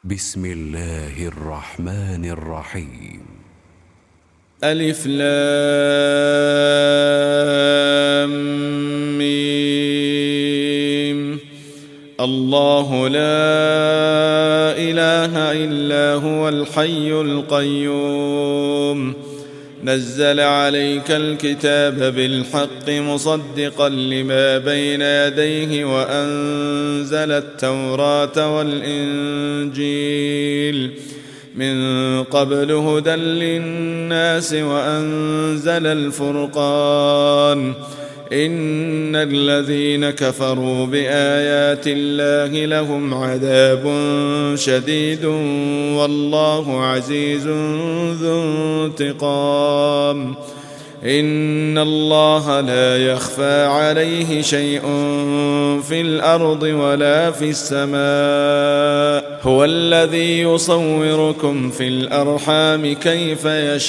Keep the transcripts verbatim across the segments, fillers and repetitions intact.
بسم الله الرحمن الرحيم. ألف لام ميم. الله لا إله إلا هو الحي القيوم نزل عليك الكتاب بالحق مصدقا لما بين يديه وأنزل التوراة والإنجيل من قبل هدى للناس وأنزل الفرقان إن الذين كفروا بآيات الله لهم عذاب شديد والله عزيز ذو انتقام. إن الله لا يخفى عليه شيء في الأرض ولا في السماء هو الذي يصوركم في الأرحام كيف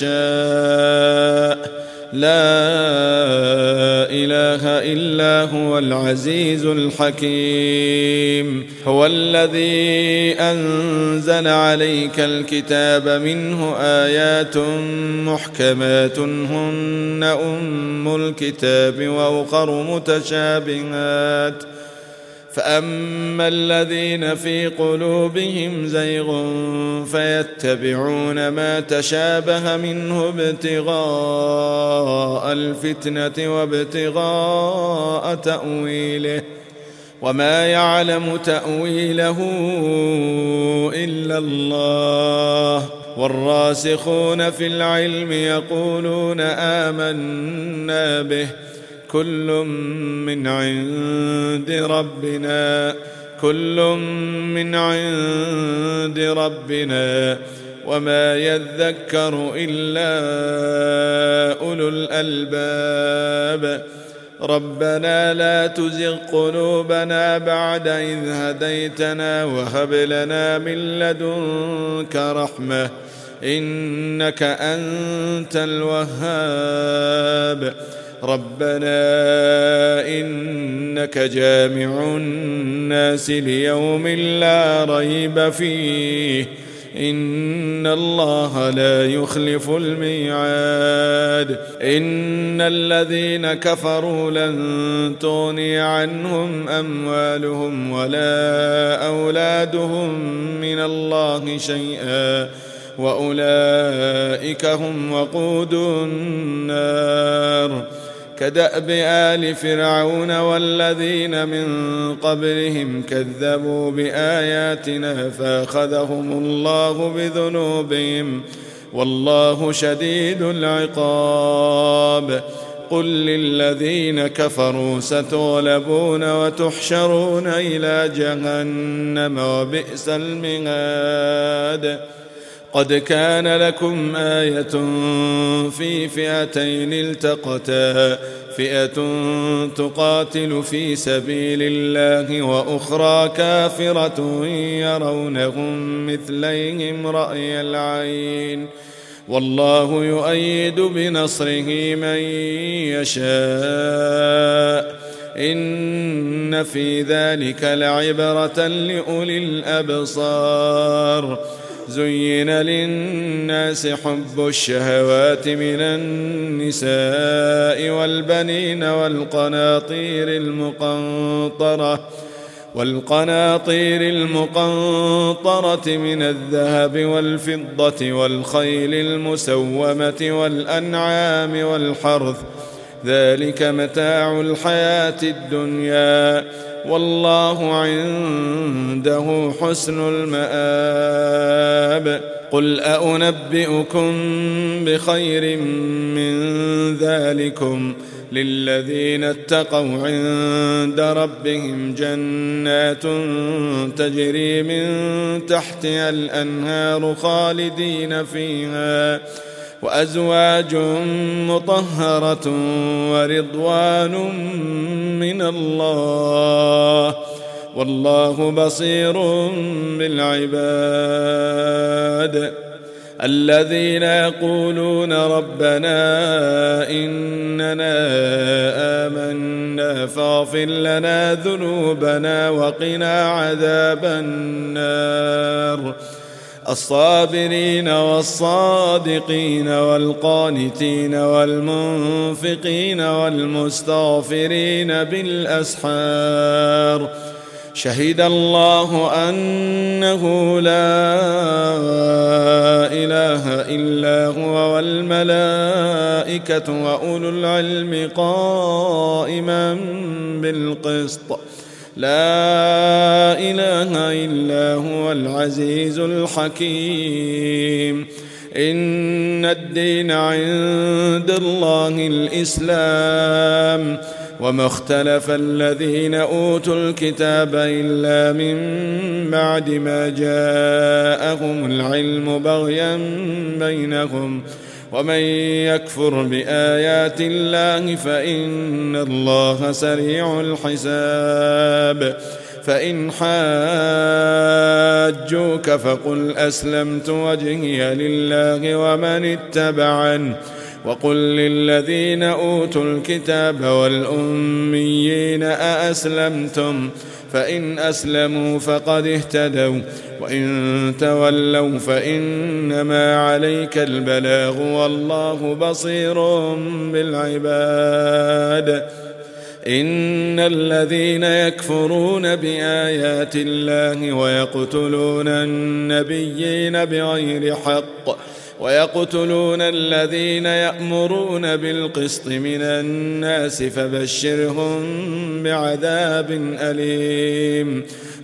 يشاء لا إله إلا هو العزيز الحكيم. هو الذي أنزل عليك الكتاب منه آيات محكمات هن أم الكتاب وأخر متشابهات فأما الذين في قلوبهم زيغ فيتبعون ما تشابه منه ابتغاء الفتنة وابتغاء تأويله وما يعلم تأويله إلا الله والراسخون في العلم يقولون آمنا به كل من عند ربنا كل من عند ربنا وما يذكر إلا أولو الألباب. ربنا لا تزغ قلوبنا بعد إذ هديتنا وهب لنا من لدنك رحمة إنك أنت الوهاب. ربنا إنك جامع الناس ليوم لا ريب فيه إن الله لا يخلف الميعاد. إن الذين كفروا لن تغني عنهم أموالهم ولا أولادهم من الله شيئا وأولئك هم وقود النار. كدأب آل فرعون والذين من قبلهم كذبوا بآياتنا فأخذهم الله بذنوبهم والله شديد العقاب. قل للذين كفروا ستغلبون وتحشرون إلى جهنم وبئس المهاد. قد كان لكم آية في فئتين التقتا فئة تقاتل في سبيل الله وأخرى كافرة يرونهم مثليهم رأي العين والله يؤيد بنصره من يشاء إن في ذلك لعبرة لأولي الأبصار. زين للناس حب الشهوات من النساء والبنين والقناطير المقنطرة والقناطير المقنطرة من الذهب والفضة والخيل المسومة والأنعام والحرث ذلك متاع الحياة الدنيا والله عنده حسن المآب. قل أنبئكم بخير من ذلكم للذين اتقوا عند ربهم جنات تجري من تحتها الأنهار خالدين فيها وأزواج مطهرة ورضوان من الله والله بصير بالعباد. الذين يقولون ربنا إننا آمنا فاغفر لنا ذنوبنا وقنا عذاب النار النار الصابرين والصادقين والقانتين والمنفقين والمستغفرين بالأسحار شهد الله أنه لا إله إلا هو والملائكة وأولو العلم قائما بالقسط لا إله إلا هو العزيز الحكيم إن الدين عند الله الإسلام وما اختلف الذين أوتوا الكتاب إلا من بعد ما جاءهم العلم بغيا بينهم ومن يكفر بآيات الله فإن الله سريع الحساب فإن حاجوك فقل أسلمت وجهي لله ومن اتبعني وقل للذين أوتوا الكتاب والأميين أأسلمتم فإن أسلموا فقد اهتدوا وإن تولوا فإنما عليك البلاغ والله بصير بالعباد إن الذين يكفرون بآيات الله ويقتلون النبيين بغير حق ويقتلون الذين يأمرون بالقسط من الناس فبشرهم بعذاب أليم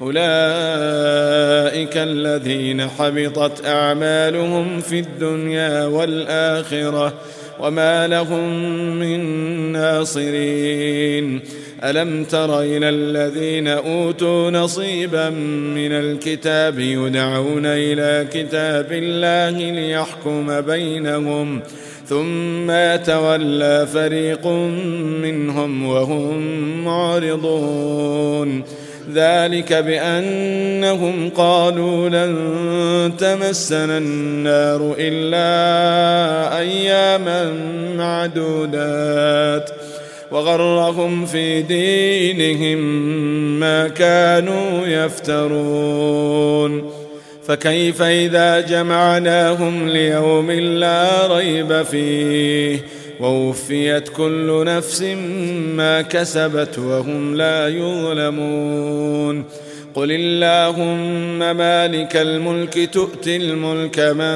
أولئك الذين حبطت أعمالهم في الدنيا والآخرة وما لهم من ناصرين ألم تر إلى الذين أوتوا نصيبا من الكتاب يدعون إلى كتاب الله ليحكم بينهم ثم يتولى فريق منهم وهم معرضون ذلك بأنهم قالوا لن تمسنا النار إلا أياما معدودات وغرهم في دينهم ما كانوا يفترون فكيف إذا جمعناهم ليوم لا ريب فيه ووفيت كل نفس ما كسبت وهم لا يظلمون قل اللهم مالك الملك تؤتي الملك من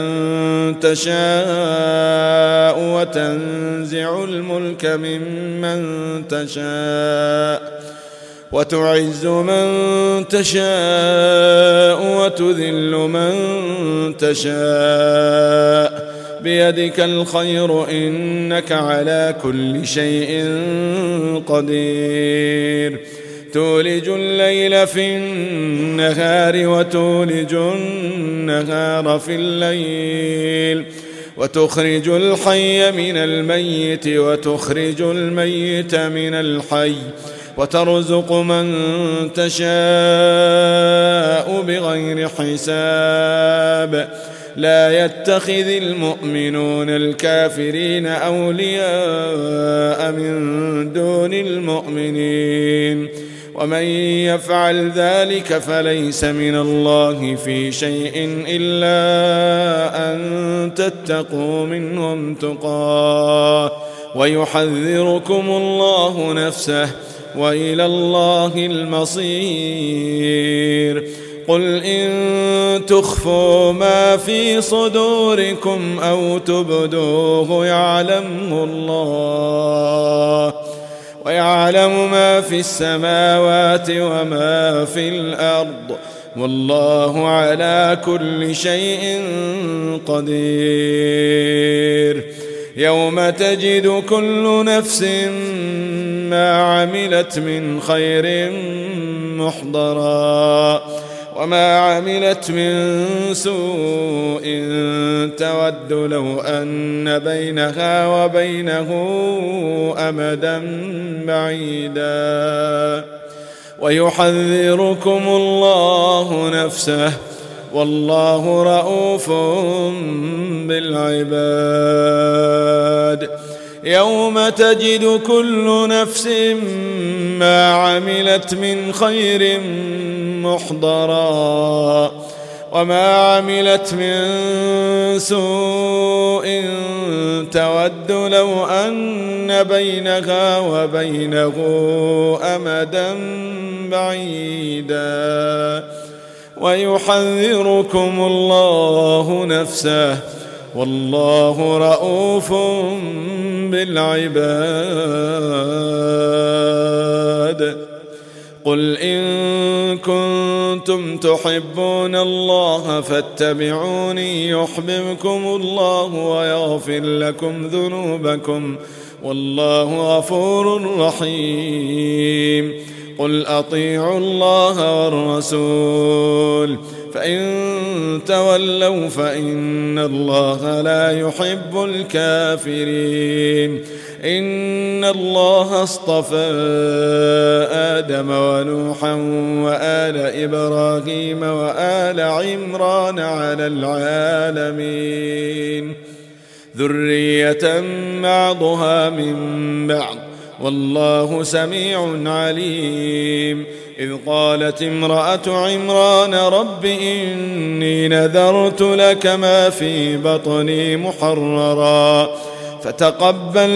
تشاء وتنزع الملك ممن تشاء وتعز من تشاء وتذل من تشاء بيدك الخير إنك على كل شيء قدير تولج الليل في النهار وتولج النهار في الليل وتخرج الحي من الميت وتخرج الميت من الحي وترزق من تشاء بغير حساب لا يتخذ المؤمنون الكافرين أولياء من دون المؤمنين ومن يفعل ذلك فليس من الله في شيء إلا أن تتقوا منهم تقاه ويحذركم الله نفسه وإلى الله المصير قل إن تخفوا ما في صدوركم أو تبدوه يعلمه الله ويعلم ما في السماوات وما في الأرض والله على كل شيء قدير يوم تجد كل نفس ما عملت من خير محضرا وما عملت من سوء تود لو أن بينها وبينه أمدا بعيدا ويحذركم الله نفسه والله رؤوف بالعباد يوم تجد كل نفس ما عملت من خير محضرا وما عملت من سوء تود لو أن بينها وبينه أمدا بعيدا ويحذركم الله نفسه والله رؤوف بالعباد. قل إن كنتم تحبون الله فاتبعوني يحببكم الله ويغفر لكم ذنوبكم والله غفور رحيم. قل أطيعوا الله والرسول فإن تولوا فإن الله لا يحب الكافرين. إن الله اصطفى آدم ونوحا وآل إبراهيم وآل عمران على العالمين ذرية بعضها من بعض والله سميع عليم. إذ قالت امرأة عمران رب إني نذرت لك ما في بطني محررا فتقبل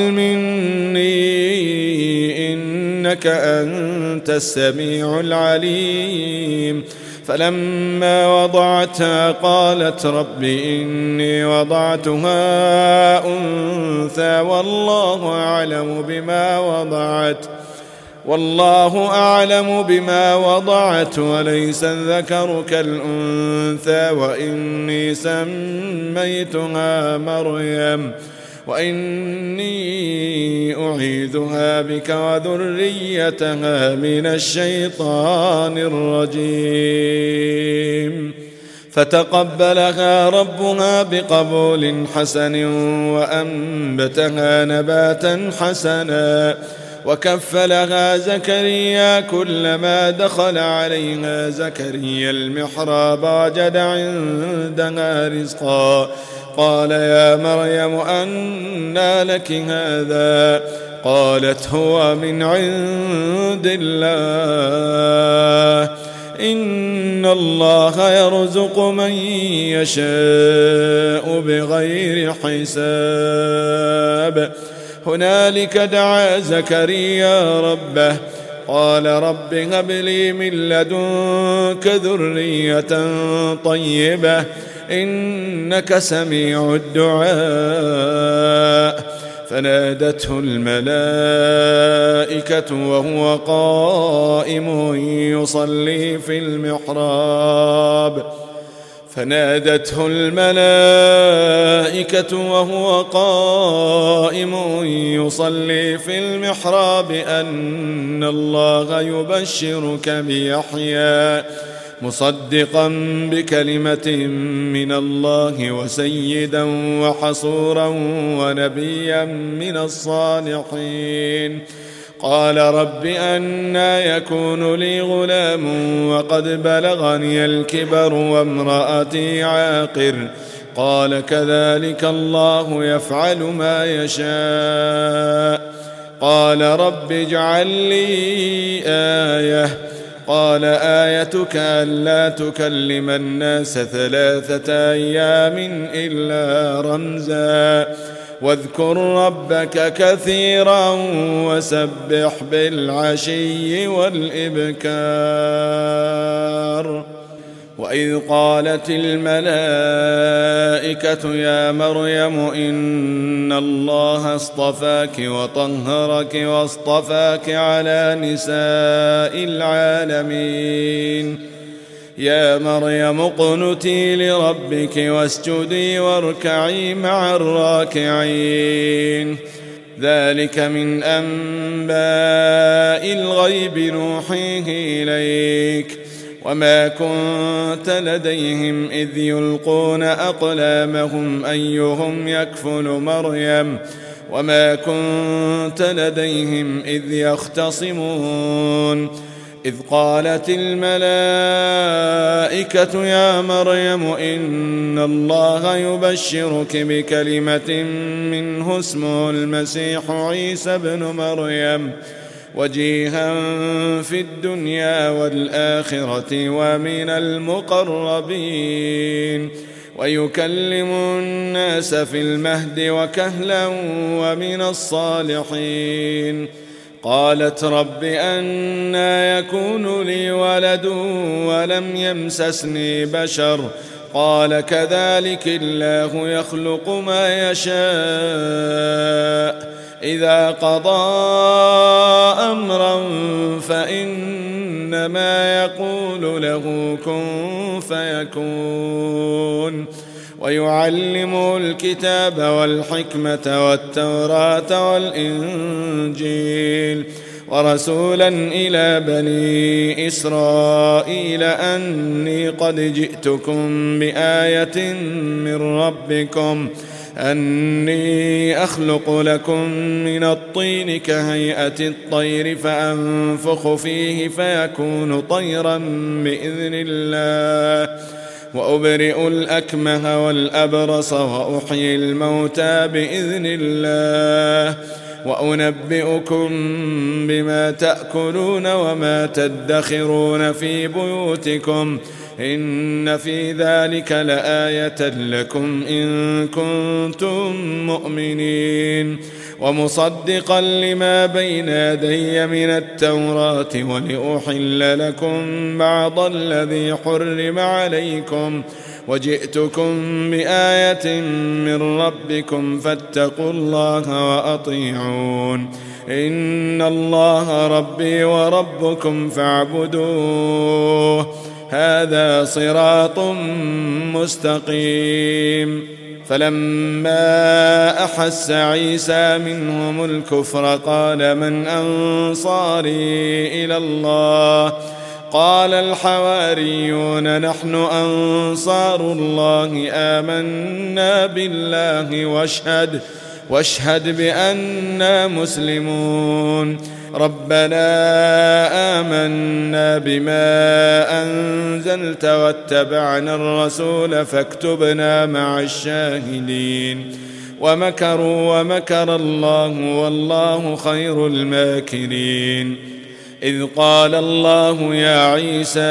مني إنك أنت السميع العليم. فلما وضعتها قالت رب إني وضعتها أنثى والله أعلم بما وضعت والله أعلم بما وضعت وليس الذكر كالأنثى وإني سميتها مريم وإني أعيذها بك وذريتها من الشيطان الرجيم. فتقبلها ربها بقبول حسن وأنبتها نباتا حسنا وكفلها زكريا كلما دخل عليها زكريا المحراب وجد عندها رزقا قال يا مريم أنى لك هذا قالت هو من عند الله إن الله يرزق من يشاء بغير حساب. هنالك دعا زكريا ربه قال رب هب لي من لدنك ذرية طيبة إنك سميع الدعاء. فنادته الملائكة وهو قائم يصلي في المحراب فنادته الملائكة وهو قائم يصلي في المحراب أن الله يبشرك بيحيى مصدقا بكلمة من الله وسيدا وحصورا ونبيا من الصالحين. قال رب أنى يكون لي غلام وقد بلغني الكبر وامرأتي عاقر قال كذلك الله يفعل ما يشاء. قال رب اجعل لي آية قال آيتك ألا تكلم الناس ثلاثة أيام إلا رمزا واذكر ربك كثيرا وسبح بالعشي والإبكار. وإذ قالت الملائكة يا مريم إن الله اصطفاك وطهرك واصطفاك على نساء العالمين يا مريم اقنتي لربك واسجدي واركعي مع الراكعين. ذلك من أنباء الغيب نوحيه إليك وما كنت لديهم إذ يلقون أقلامهم أيهم يكفل مريم وما كنت لديهم إذ يختصمون. إذ قالت الملائكة يا مريم إن الله يبشرك بكلمة منه اسمه المسيح عيسى ابن مريم وجيها في الدنيا والآخرة ومن المقربين ويكلم الناس في المهد وكهلا ومن الصالحين. قالت رب أنى يكون لي ولد ولم يمسسني بشر قال كذلك الله يخلق ما يشاء إذا قضى أمرا فإنما يقول له كن فيكون. ويعلمه الكتاب والحكمة والتوراة والإنجيل ورسولا إلى بني إسرائيل أني قد جئتكم بآية من ربكم أني أخلق لكم من الطين كهيئة الطير فأنفخ فيه فيكون طيرا بإذن الله وأبرئ الأكمه والأبرص وأحيي الموتى بإذن الله وأنبئكم بما تأكلون وما تدخرون في بيوتكم إن في ذلك لآية لكم إن كنتم مؤمنين ومصدقا لما بين يدي من التوراة ولأحل لكم بعض الذي حرم عليكم وجئتكم بآية من ربكم فاتقوا الله وأطيعون إن الله ربي وربكم فاعبدوه هذا صراط مستقيم. فلما أحس عيسى منهم الكفر قال من أنصاري إلى الله قال الحواريون نحن أنصار الله آمنا بالله واشهد واشهد بأننا مسلمون ربنا آمنا بما أنزلت واتبعنا الرسول فاكتبنا مع الشاهدين ومكروا ومكر الله والله خير الماكرين. إذ قال الله يا عيسى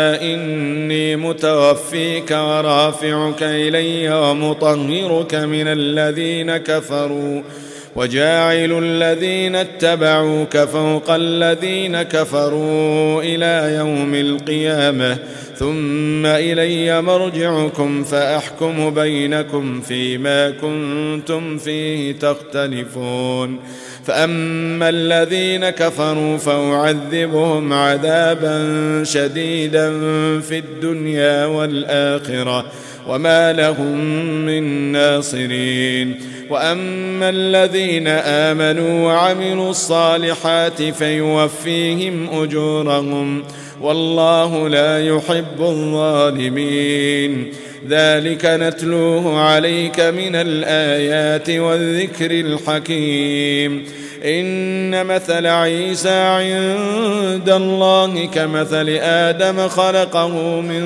إني متوفيك ورافعك إلي ومطهرك من الذين كفروا وجاعل الذين اتبعوك فوق الذين كفروا إلى يوم القيامة ثم إلي مرجعكم فأحكم بينكم فيما كنتم فيه تختلفون. فأما الذين كفروا فأعذبهم عذابا شديدا في الدنيا والآخرة وما لهم من ناصرين. وأما الذين آمنوا وعملوا الصالحات فيوفيهم أجورهم والله لا يحب الظالمين. ذلك نتلوه عليك من الآيات والذكر الحكيم. إن مثل عيسى عند الله كمثل آدم خلقه من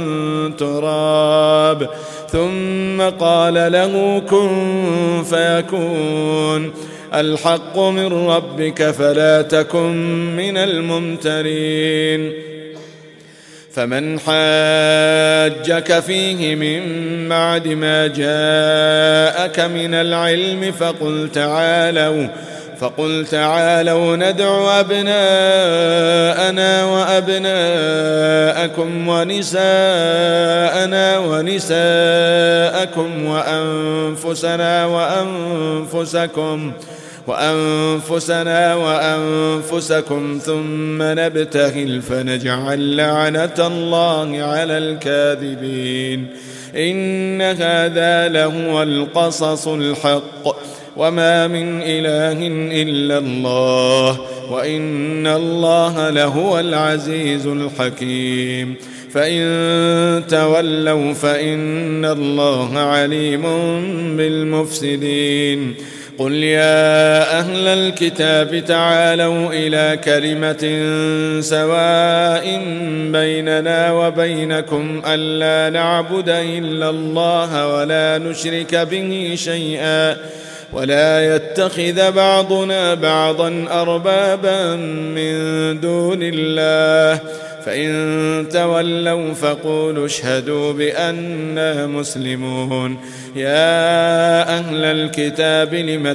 تراب ثم قال له كن فيكون الحق من ربك فلا تكن من الممترين. فمن حاجك فيه من بعد ما جاءك من العلم فقل تعالوا فقل تعالوا ندع أبناءنا وأبناءكم ونساءنا ونساءكم وأنفسنا وأنفسكم وأنفسنا وأنفسكم ثم نبتهل فنجعل لعنة الله على الكاذبين. إن هذا لهو القصص الحق وما من إله إلا الله وإن الله لهو العزيز الحكيم. فإن تولوا فإن الله عليم بالمفسدين. قل يا أهل الكتاب تعالوا إلى كلمة سواء بيننا وبينكم ألا نعبد إلا الله ولا نشرك به شيئا ولا يتخذ بعضنا بعضا أربابا من دون الله فإن تولوا فقولوا اشهدوا بأننا مسلمون. يا أهل الكتاب لم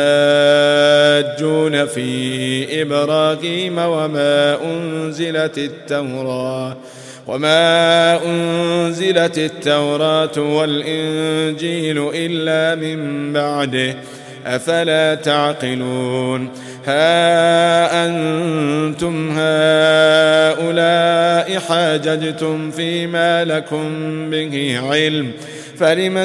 تحاجون في إبراهيم وما أنزلت التوراة وما أنزلت التوراة والإنجيل إلا من بعده أفلا تعقلون. ها أنتم هؤلاء حاججتم فيما لكم به علم فلم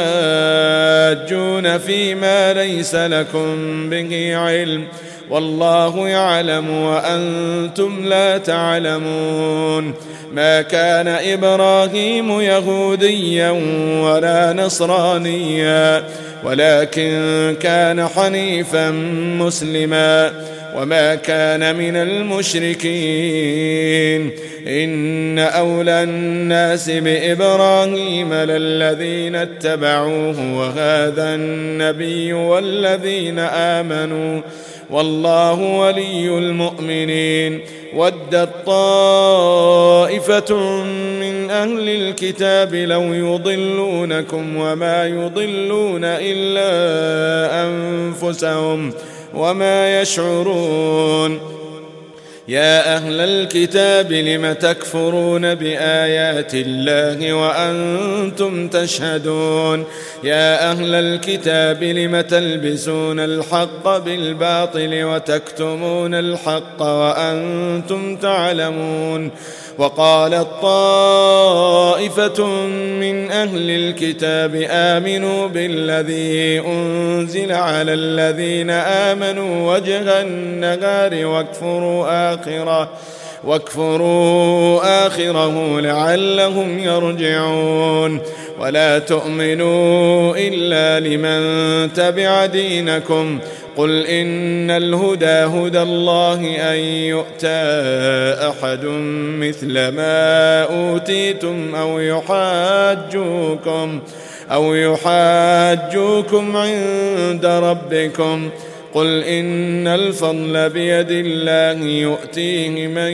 تحاجون فيما ليس لكم به علم والله يعلم وأنتم لا تعلمون. ما كان إبراهيم يهوديا ولا نصرانيا ولكن كان حنيفا مسلما وما كان من المشركين. إن أولى الناس بإبراهيم للذين اتبعوه وهذا النبي والذين آمنوا والله ولي المؤمنين. ودت طائفة من أهل الكتاب لو يضلونكم وما يضلون إلا أنفسهم وما يشعرون. يا أهل الكتاب لم تكفرون بآيات الله وأنتم تشهدون. يا أهل الكتاب لم تلبسون الحق بالباطل وتكتمون الحق وأنتم تعلمون. وقالت طائفة من أهل الكتاب آمنوا بالذي أنزل على الذين آمنوا وجه النهار واكفروا آخره واكفروا آخره لعلهم يرجعون. ولا تؤمنوا إلا لمن تبع دينكم قل إن الهدى هدى الله أن يؤتى أحد مثل ما أوتيتم أو يحاجوكم أو يحاجوكم عند ربكم قل إن الفضل بيد الله يؤتيه من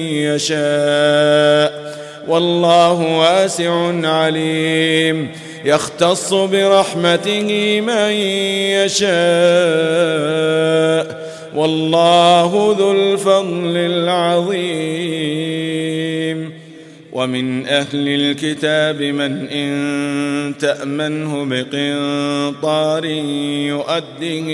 يشاء والله واسع عليم. يختص برحمته من يشاء والله ذو الفضل العظيم. ومن أهل الكتاب من إن تأمنه بقنطار يؤده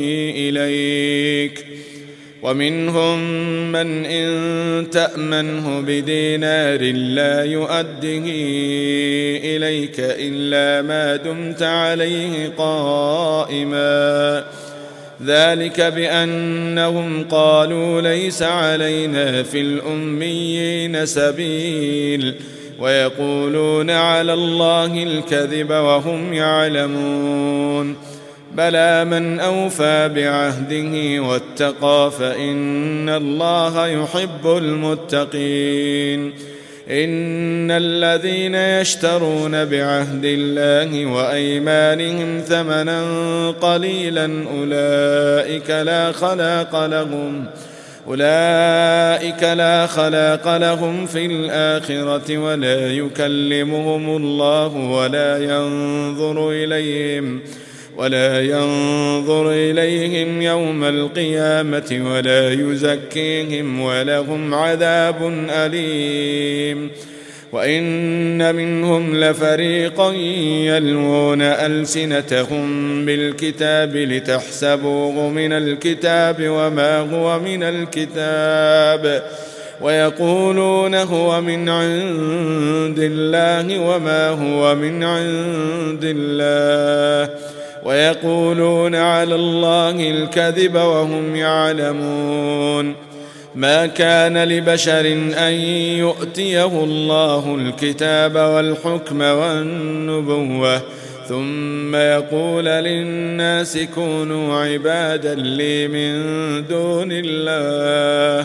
إليك ومنهم من إن تأمنه بدينار لا يؤده إليك إلا ما دمت عليه قائما ذلك بأنهم قالوا ليس علينا في الأميين سبيل ويقولون على الله الكذب وهم يعلمون. بلى من أوفى بعهده واتقى فإن الله يحب المتقين. إن الذين يشترون بعهد الله وأيمانهم ثمنا قليلا أولئك لا خلاق لهم أولئك لا خلاق لهم في الآخرة ولا يكلمهم الله ولا ينظر إليهم ولا ينظر إليهم يوم القيامة ولا يزكيهم ولهم عذاب أليم. وإن منهم لفريقا يلوون ألسنتهم بالكتاب لتحسبوه من الكتاب وما هو من الكتاب ويقولون هو من عند الله وما هو من عند الله ويقولون على الله الكذب وهم يعلمون. ما كان لبشر أن يؤتيه الله الكتاب والحكم والنبوة ثم يقول للناس كونوا عبادا لي من دون الله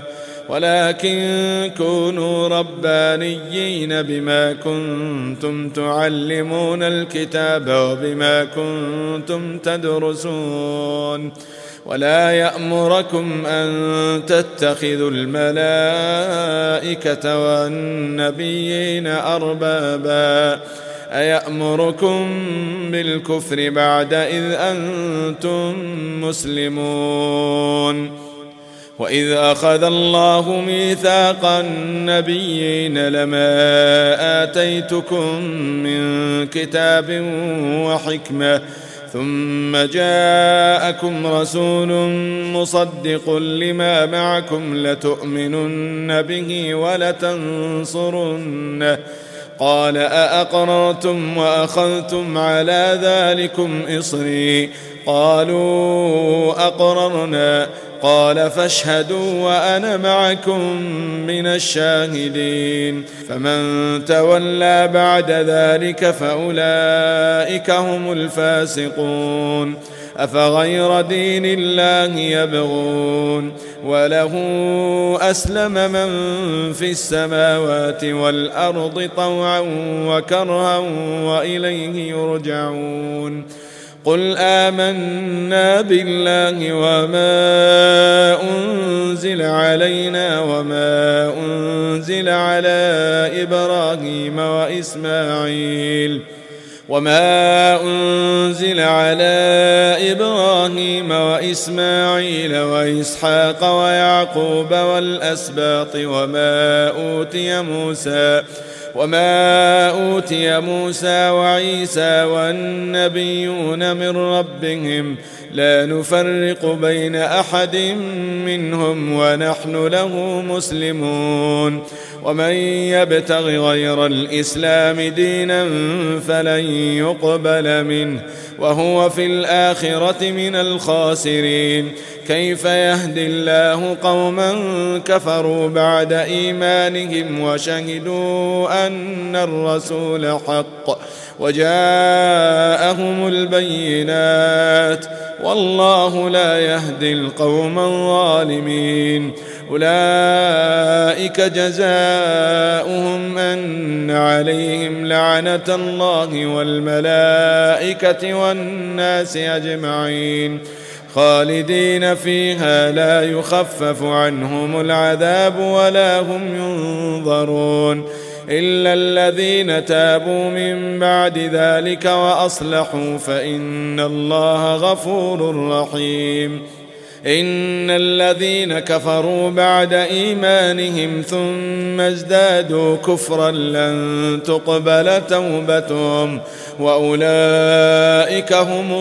ولكن كونوا ربانيين بما كنتم تعلمون الكتاب وبما كنتم تدرسون ولا يأمركم أن تتخذوا الملائكة والنبيين أربابا أيأمركم بالكفر بعد إذ أنتم مسلمون وإذ أخذ الله ميثاق النبيين لما آتيتكم من كتاب وحكمة ثم جاءكم رسول مصدق لما معكم لتؤمنن به ولتنصرنه قال أأقررتم وأخذتم على ذلكم إصري قالوا أقررنا قال فاشهدوا وأنا معكم من الشاهدين فمن تولى بعد ذلك فأولئك هم الفاسقون أفغير دين الله يبغون وله أسلم من في السماوات والأرض طوعا وكرها وإليه يرجعون قل آمنا بالله وما أنزل علينا وما أنزل على إبراهيم وإسماعيل وما أنزل على إبراهيم وإسماعيل وإسحاق ويعقوب والأسباط وما أوتي موسى وما أوتي موسى وعيسى والنبيون من ربهم لا نفرق بين أحد منهم ونحن له مسلمون ومن يبتغ غير الإسلام دينا فلن يقبل منه وهو في الآخرة من الخاسرين كيف يهدي الله قوما كفروا بعد إيمانهم وشهدوا أن الرسول حق وجاءهم البينات والله لا يهدي القوم الظالمين أولئك جزاؤهم أن عليهم لعنة الله والملائكة والناس أجمعين خالدين فيها لا يخفف عنهم العذاب ولا هم ينظرون إلا الذين تابوا من بعد ذلك وأصلحوا فإن الله غفور رحيم إن الذين كفروا بعد إيمانهم ثم ازدادوا كفرا لن تقبل توبتهم وأولئك هم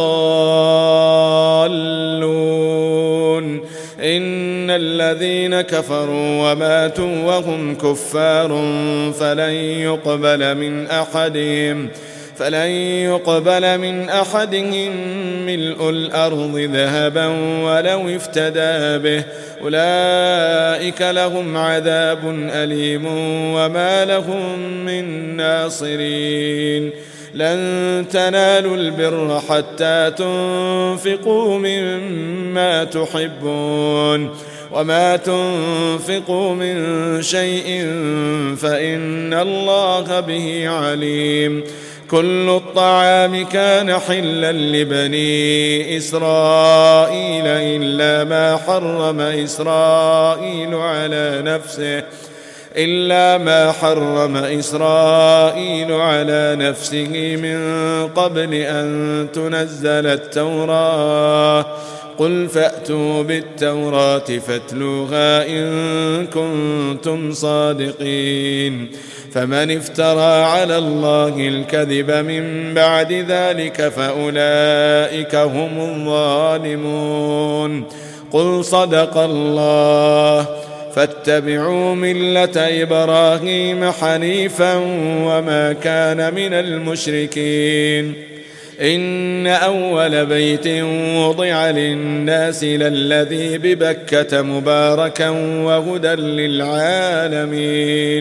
الضالون إن الذين كفروا وماتوا وهم كفار فلن يقبل من أحدهم فلن يقبل من أحدهم ملء الأرض ذهبا ولو افتدى به أولئك لهم عذاب أليم وما لهم من ناصرين لن تنالوا البر حتى تنفقوا مما تحبون وما تنفقوا من شيء فإن الله به عليم كل الطعام كان حلا لبني إسرائيل إلا ما حرم إسرائيل على نفسه إلا ما حرم إسرائيل على نفسه من قبل أن تنزل التوراة قل فأتوا بالتوراة فاتلوها إن كنتم صادقين فمن افترى على الله الكذب من بعد ذلك فأولئك هم الظالمون قل صدق الله فاتبعوا ملة إبراهيم حنيفا وما كان من المشركين إن أول بيت وضع للناس للذي ببكة مباركا وهدى للعالمين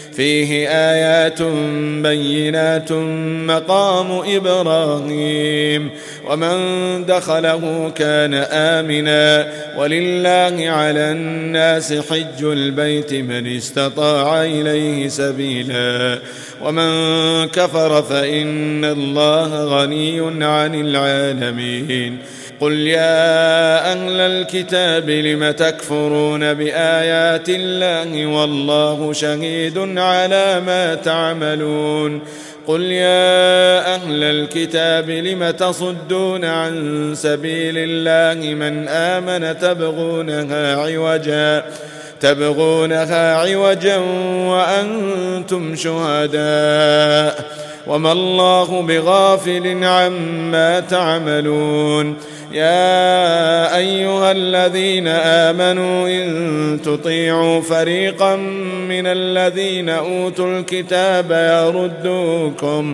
فيه آيات بينات مقام إبراهيم ومن دخله كان آمنا ولله على الناس حج البيت من استطاع إليه سبيلا ومن كفر فإن الله غني عن العالمين قل يا أهل الكتاب لم تكفرون بآيات الله والله شهيد على ما تعملون قل يا أهل الكتاب لم تصدون عن سبيل الله من آمن تبغونها عوجا تبغونها عوجا وأنتم شهداء وما الله بغافل عما تعملون يا أيها الذين آمنوا إن تطيعوا فريقا من الذين أوتوا الكتاب يردوكم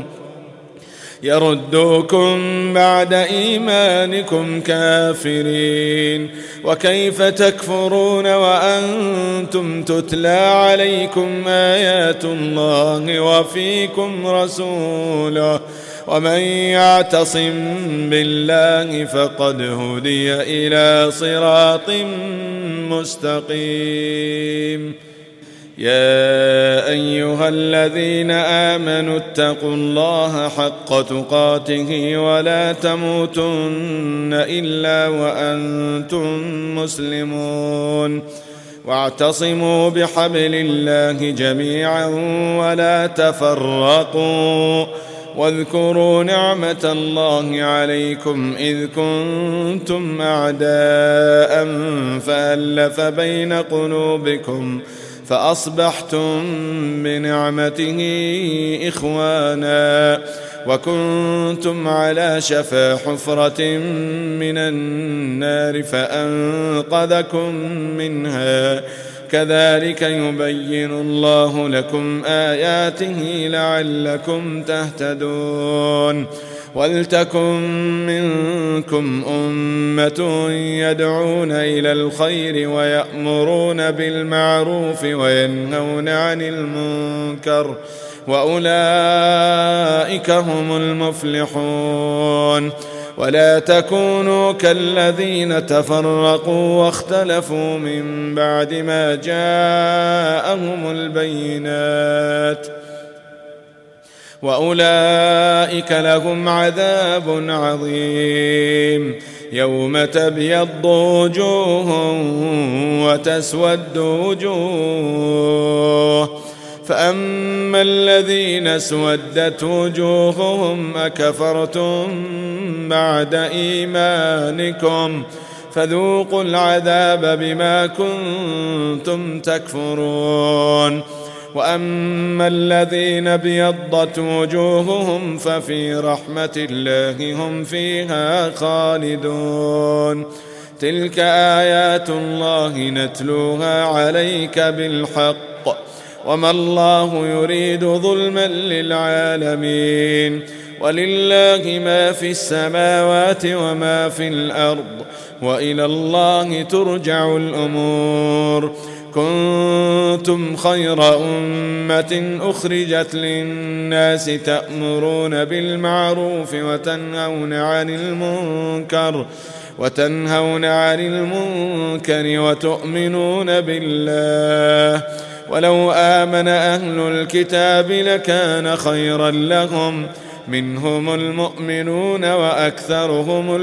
يردوكم بعد إيمانكم كافرين وكيف تكفرون وأنتم تتلى عليكم آيات الله وفيكم رسوله ومن يعتصم بالله فقد هدي إلى صراط مستقيم يا أيها الذين آمنوا اتقوا الله حق تقاته ولا تموتن إلا وأنتم مسلمون واعتصموا بحبل الله جميعا ولا تفرقوا واذكروا نعمة الله عليكم إذ كنتم أعداء فألف بين قلوبكم فأصبحتم بنعمته إخوانا وكنتم على شفا حفرة من النار فأنقذكم منها كذلك يبين الله لكم آياته لعلكم تهتدون ولتكن منكم أمة يدعون إلى الخير ويأمرون بالمعروف وينهون عن المنكر وأولئك هم المفلحون ولا تكونوا كالذين تفرقوا واختلفوا من بعد ما جاءهم البينات وأولئك لهم عذاب عظيم يوم تبيض وجوه وتسود وجوه فأما الذين اسودت وجوههم أكفرتم بعد إيمانكم فذوقوا العذاب بما كنتم تكفرون وأما الذين ابيضت وجوههم ففي رحمة الله هم فيها خالدون تلك آيات الله نتلوها عليك بالحق وما الله يريد ظلما للعالمين ولله ما في السماوات وما في الأرض وإلى الله ترجع الأمور كنتم خير أمة أخرجت للناس تأمرون بالمعروف وتنهون عن المنكر وتنهون عن المنكر وتؤمنون بالله ولو آمن أهل الكتاب لكان خيرا لهم منهم المؤمنون وأكثرهم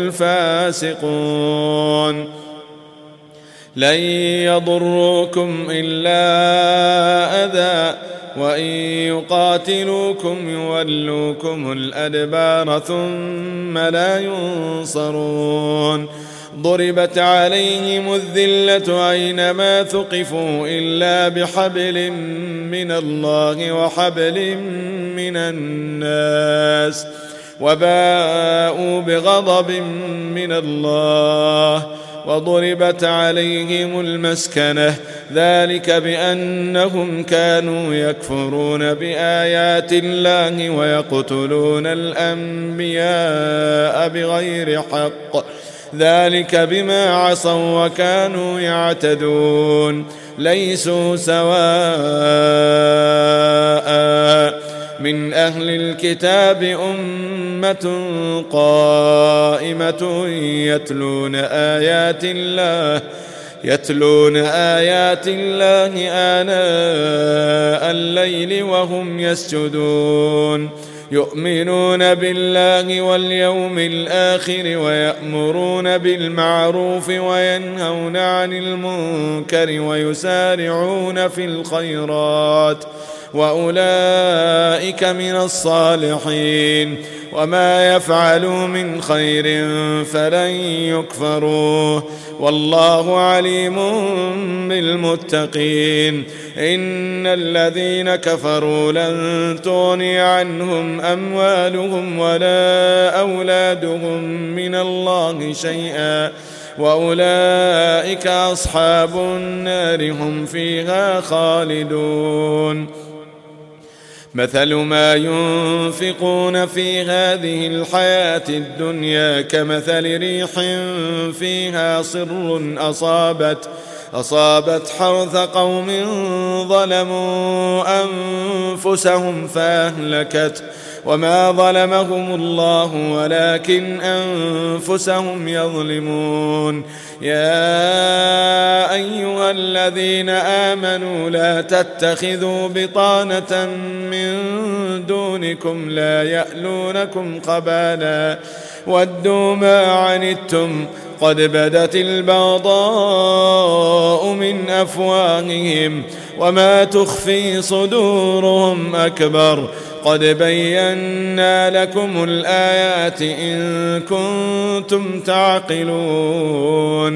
الفاسقون لن يضروكم إلا أذى وإن يقاتلوكم يولوكم الأدبار ثم لا ينصرون ضربت عليهم الذلة أينما ثقفوا إلا بحبل من الله وحبل من الناس وباءوا بغضب من الله وضربت عليهم المسكنة ذلك بأنهم كانوا يكفرون بآيات الله ويقتلون الأنبياء بغير حق ذلك بما عصوا وكانوا يعتدون ليسوا سواء من أهل الكتاب أمة قائمة يتلون آيات الله يتلون آيات الله آناء الليل وهم يسجدون يؤمنون بالله واليوم الآخر ويأمرون بالمعروف وينهون عن المنكر ويسارعون في الخيرات وأولئك من الصالحين وما يفعلوا من خير فلن يكفروه والله عليم بالمتقين إن الذين كفروا لن تغني عنهم أموالهم ولا أولادهم من الله شيئا وأولئك أصحاب النار هم فيها خالدون مثل ما ينفقون في هذه الحياة الدنيا كمثل ريح فيها صر أصابت أصابت حرث قوم ظلموا أنفسهم فأهلكت وما ظلمهم الله ولكن أنفسهم يظلمون يا أيها الذين آمنوا لا تتخذوا بطانة من دونكم لا يألونكم خبالا ودوا ما عنتم قد بدت البغضاء من أفواههم وما تخفي صدورهم أكبر قد بينا لكم الآيات إن كنتم تعقلون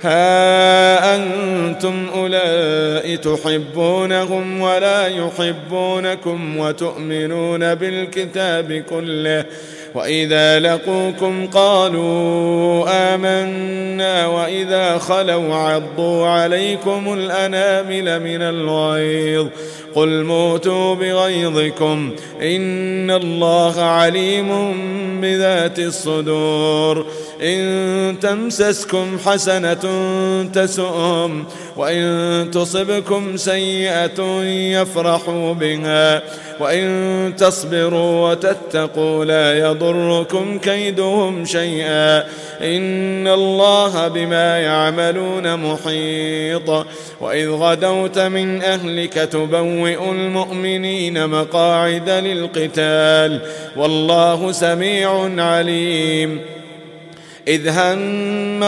ها أنتم أولئك تحبونهم ولا يحبونكم وتؤمنون بالكتاب كله وإذا لقوكم قالوا آمنا وإذا خلوا عضوا عليكم الأنامل من الغيظ قل موتوا بغيظكم إن الله عليم بذات الصدور إن تمسسكم حسنة تسؤهم وإن تصبكم سيئة يفرحوا بها وإن تصبروا وتتقوا لا يضركم كيدهم شيئا إن الله بما يعملون محيط وإذ غدوت من أهلك تبوئ المؤمنين مقاعد للقتال والله سميع عليم إذ هم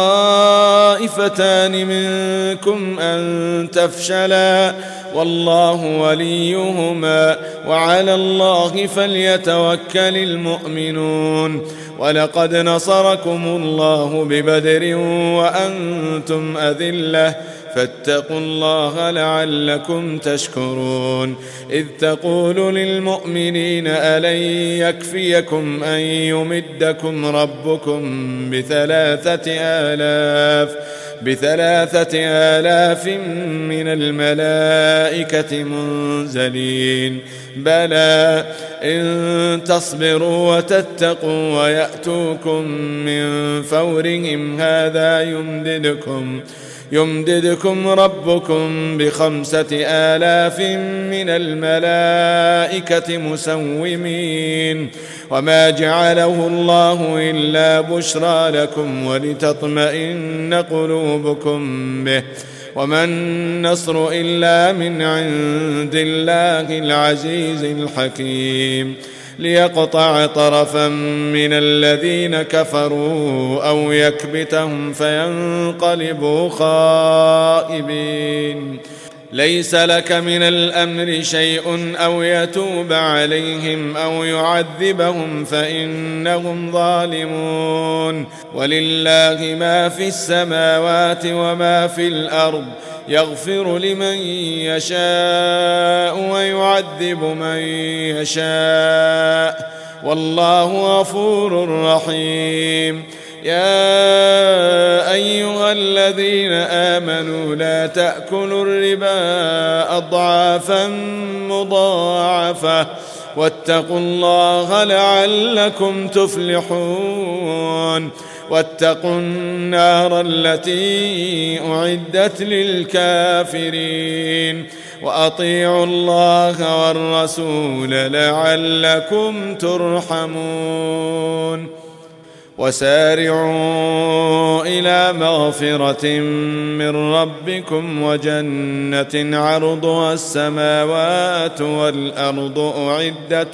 الطائفتان منكم أن تفشلا والله وليهما وعلى الله فليتوكل المؤمنون ولقد نصركم الله ببدر وأنتم أذلة فاتقوا الله لعلكم تشكرون إذ تقول للمؤمنين ألن يكفيكم أن يمدكم ربكم بثلاثة آلاف بثلاثة آلاف من الملائكة منزلين بلى إن تصبروا وتتقوا ويأتوكم من فورهم هذا يمددكم يمددكم ربكم بخمسة آلاف من الملائكة مسومين وما جعله الله إلا بشرى لكم ولتطمئن قلوبكم به وما النصر إلا من عند الله العزيز الحكيم ليقطع طرفا من الذين كفروا أو يكبتهم فينقلبوا خائبين ليس لك من الأمر شيء أو يتوب عليهم أو يعذبهم فإنهم ظالمون ولله ما في السماوات وما في الأرض يغفر لمن يشاء ويعذب من يشاء والله غفور رحيم يا أيها الذين آمنوا لا تأكلوا الربا أضعافا مضاعفة واتقوا واتقوا الله لعلكم تفلحون واتقوا النار التي أعدت للكافرين وأطيعوا الله والرسول لعلكم ترحمون وسارعوا إلى مغفرة من ربكم وجنة عرضها السماوات والأرض أعدت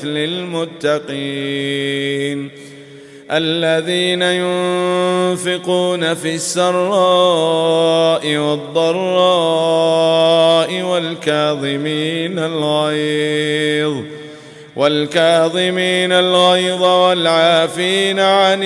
للمتقين الذين ينفقون في السراء والضراء والكاظمين الغيظ والكاظمين الغيظ والعافين عن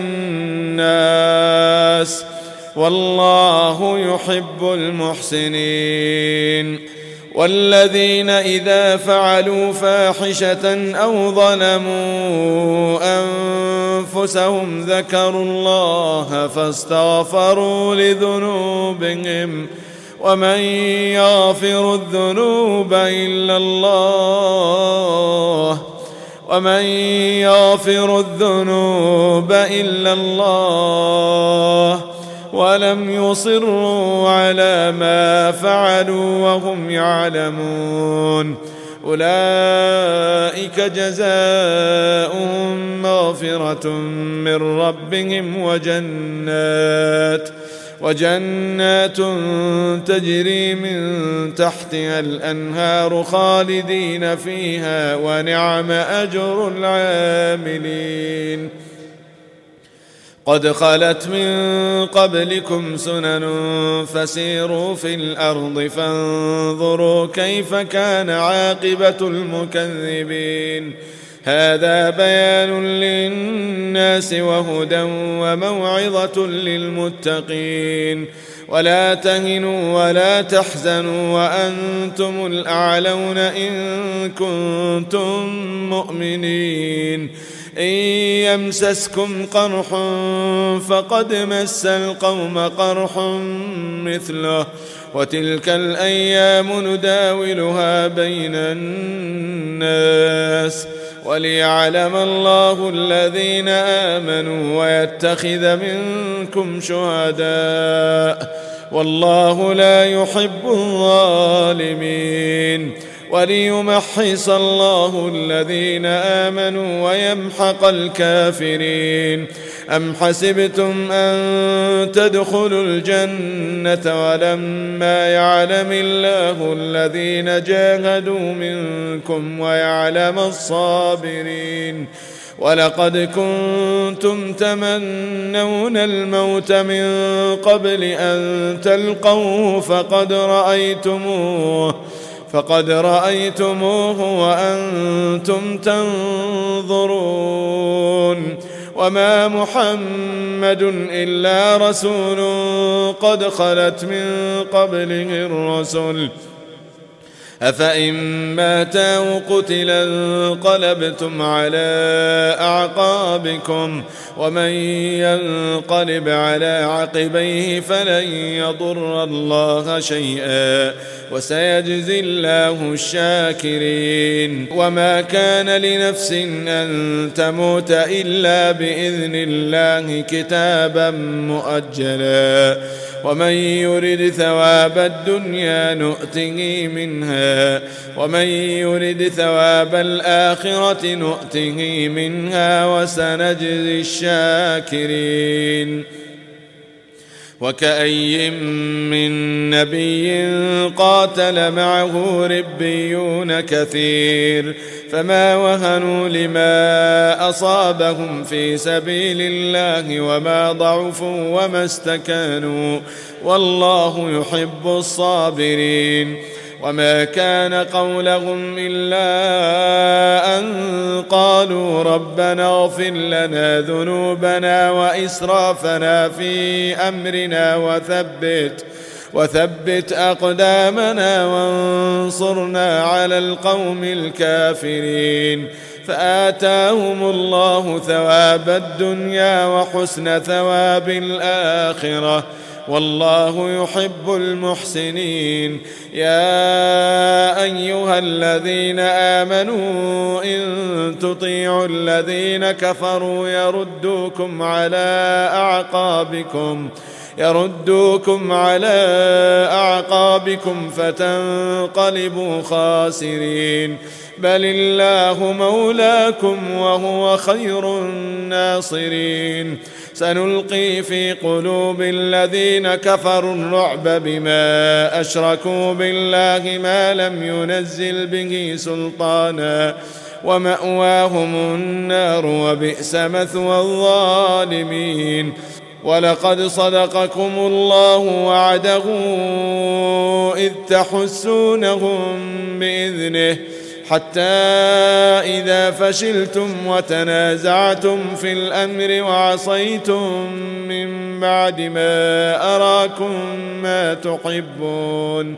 الناس والله يحب المحسنين والذين إذا فعلوا فاحشة أو ظلموا أنفسهم ذكروا الله فاستغفروا لذنوبهم ومن يغفر الذنوب إلا الله ومن يغفر الذنوب إلا الله ولم يصروا على ما فعلوا وهم يعلمون أولئك جزاؤهم مغفرة من ربهم وجنات وجنات تجري من تحتها الأنهار خالدين فيها ونعم أجر العاملين قد خلت من قبلكم سنن فسيروا في الأرض فانظروا كيف كان عاقبة المكذبين هذا بيان للناس وهدى وموعظة للمتقين ولا تهنوا ولا تحزنوا وأنتم الأعلون إن كنتم مؤمنين إن يمسسكم قرح فقد مس القوم قرح مثله وتلك الأيام نداولها بين الناس وليعلم الله الذين آمنوا ويتخذ منكم شهداء والله لا يحب الظالمين وليمحص الله الذين آمنوا ويمحق الكافرين أم حسبتم أن تدخلوا الجنة ولما يعلم الله الذين جاهدوا منكم ويعلم الصابرين ولقد كنتم تمنون الموت من قبل أن تلقوه فقد رأيتموه فقد رأيتموه وأنتم تنظرون وما محمد إلا رسول قد خلت من قبله الرسل أفإن مات أو قتل انقلبتم على أعقابكم ومن ينقلب على عقبيه فلن يضر الله شيئا وسيجزي الله الشاكرين وما كان لنفس أن تموت إلا بإذن الله كتابا مؤجلا ومن يرد ثواب الدنيا نؤته منها ومن يرد ثواب الآخرة نؤته منها وسنجزي الشاكرين وكأي من نبي قاتل معه ربيون كثير فما وهنوا لما أصابهم في سبيل الله وما ضعفوا وما استكانوا والله يحب الصابرين وما كان قولهم إلا أن قالوا ربنا اغفر لنا ذنوبنا وإسرافنا في أمرنا وثبت وثبت أقدامنا وانصرنا على القوم الكافرين فآتاهم الله ثواب الدنيا وحسن ثواب الآخرة والله يحب المحسنين. يا أيها الذين آمنوا إن تطيعوا الذين كفروا يردوكم على أعقابكم يردوكم على أعقابكم فتنقلبوا خاسرين. بل الله مولاكم وهو خير الناصرين. سنلقي في قلوب الذين كفروا الرعب بما أشركوا بالله ما لم ينزل به سلطانا ومأواهم النار وبئس مثوى الظالمين. ولقد صدقكم الله وعده إذ تحسونهم بإذنه حتى إذا فشلتم وتنازعتم في الأمر وعصيتم من بعد ما أراكم ما تحبون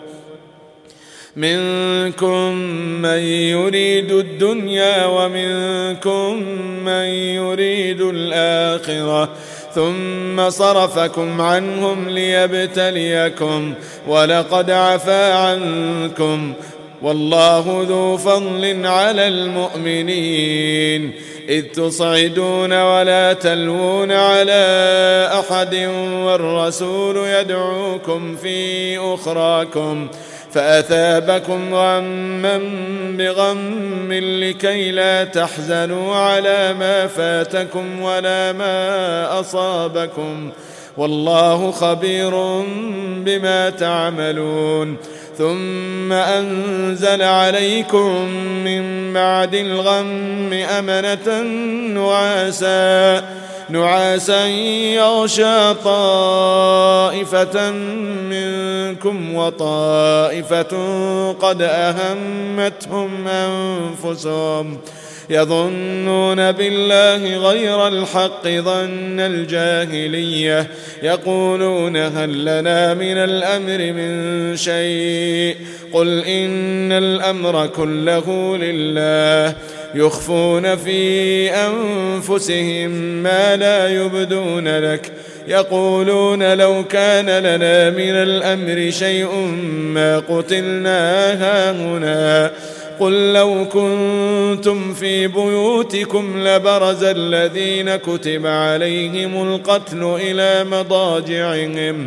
منكم من يريد الدنيا ومنكم من يريد الآخرة ثم صرفكم عنهم ليبتليكم ولقد عفا عنكم والله ذو فضل على المؤمنين. إذ تصعدون ولا تلوون على أحد والرسول يدعوكم في أخراكم فأثابكم غما بغم لكي لا تحزنوا على ما فاتكم ولا ما أصابكم والله خبير بما تعملون. ثم أنزل عليكم من بعد الغم أمنة نعاسا نعاسا يغشى طائفة منكم وطائفة قد أهمتهم أنفسهم يظنون بالله غير الحق ظن الجاهلية يقولون هل لنا من الأمر من شيء قل إن الأمر كله لله يخفون في أنفسهم ما لا يبدون لك يقولون لو كان لنا من الأمر شيء ما قتلنا هاهنا قل لو كنتم في بيوتكم لبرز الذين كتب عليهم القتل إلى مضاجعهم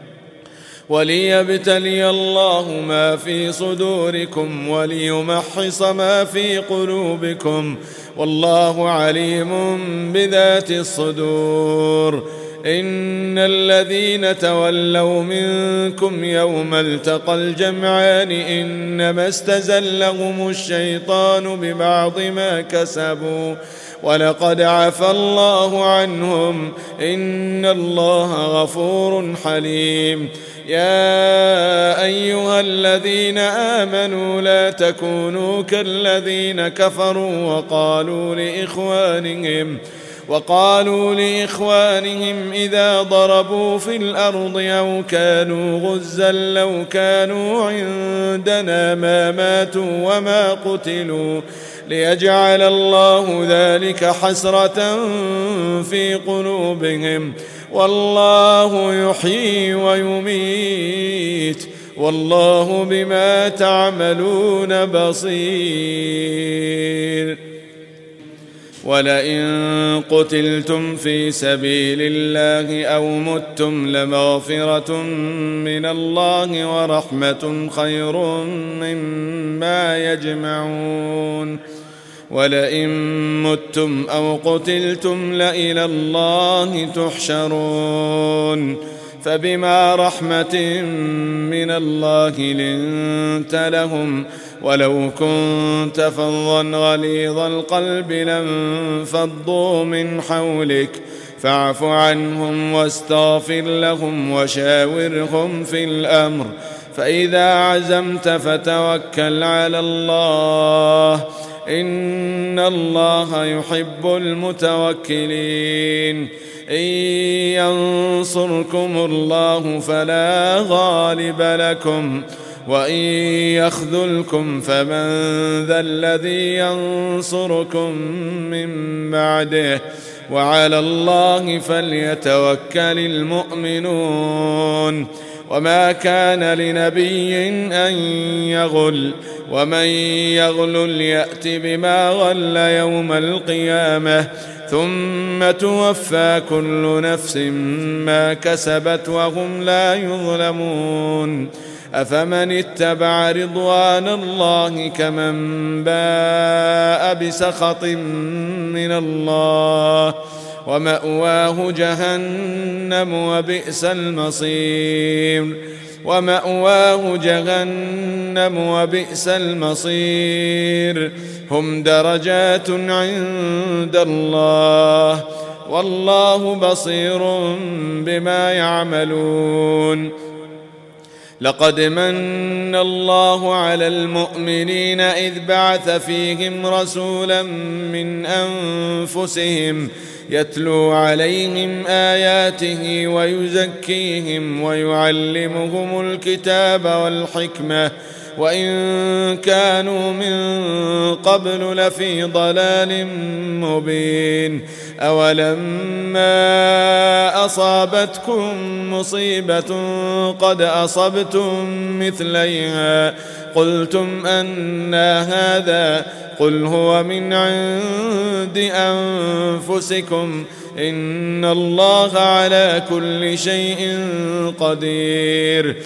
وليبتلي الله ما في صدوركم وليمحص ما في قلوبكم والله عليم بذات الصدور. إن الذين تولوا منكم يوم التقى الجمعان إنما استزلهم الشيطان ببعض ما كسبوا ولقد عفى الله عنهم إن الله غفور حليم. يا أيها الذين آمنوا لا تكونوا كالذين كفروا وقالوا لإخوانهم وقالوا لإخوانهم إذا ضربوا في الأرض أو كانوا غزا لو كانوا عندنا ما ماتوا وما قتلوا ليجعل الله ذلك حسرة في قلوبهم والله يحيي ويميت والله بما تعملون بصير. ولئن قتلتم في سبيل الله أو متم لمغفرة من الله ورحمة خير مما يجمعون. ولئن متم أو قتلتم لإلى الله تحشرون. فبما رحمة من الله لنت لهم ولو كنت فظا غليظ القلب لانفضوا من حولك فاعف عنهم واستغفر لهم وشاورهم في الأمر فإذا عزمت فتوكل على الله إن الله يحب المتوكلين. إن ينصركم الله فلا غالب لكم وإن يخذلكم فمن ذا الذي ينصركم من بعده وعلى الله فليتوكل المؤمنون. وما كان لنبي أن يغل ومن يغل يأت بما غل يوم القيامة ثم توفى كل نفس ما كسبت وهم لا يظلمون. أفمن اتبع رضوان الله كمن باء بسخط من الله ومأواه جهنم وبئس المصير ومأواه جهنم وبئس المصير. هم درجات عند الله والله بصير بما يعملون. لقد من الله على المؤمنين إذ بعث فيهم رسولا من أنفسهم يتلو عليهم آياته ويزكيهم ويعلمهم الكتاب والحكمة وإن كانوا من قبل لفي ضلال مبين. أولما أصابتكم مصيبة قد أصبتم مثليها قلتم أنى هذا قل هو من عند أنفسكم إن الله على كل شيء قدير.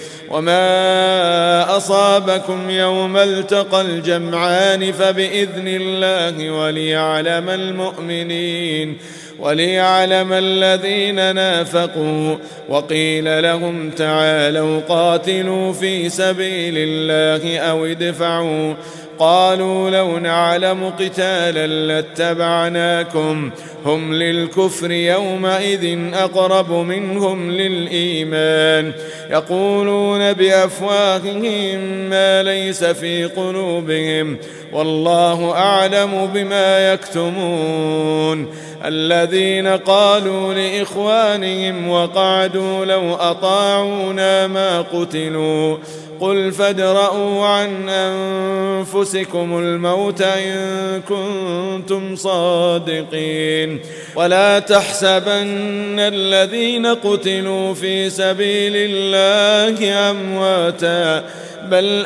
وما أصابكم يوم التقى الجمعان فبإذن الله وليعلم المؤمنين وليعلم الذين نافقوا. وقيل لهم تعالوا قاتلوا في سبيل الله أو ادفعوا قالوا لو نعلم قتالا لاتبعناكم هم للكفر يومئذ أقرب منهم للإيمان يقولون بأفواههم ما ليس في قلوبهم والله أعلم بما يكتمون. الذين قالوا لإخوانهم وقعدوا لو أطاعونا ما قتلوا قل فادرءوا عن أنفسكم الموت إن كنتم صادقين. ولا تحسبن الذين قتلوا في سبيل الله أمواتا بل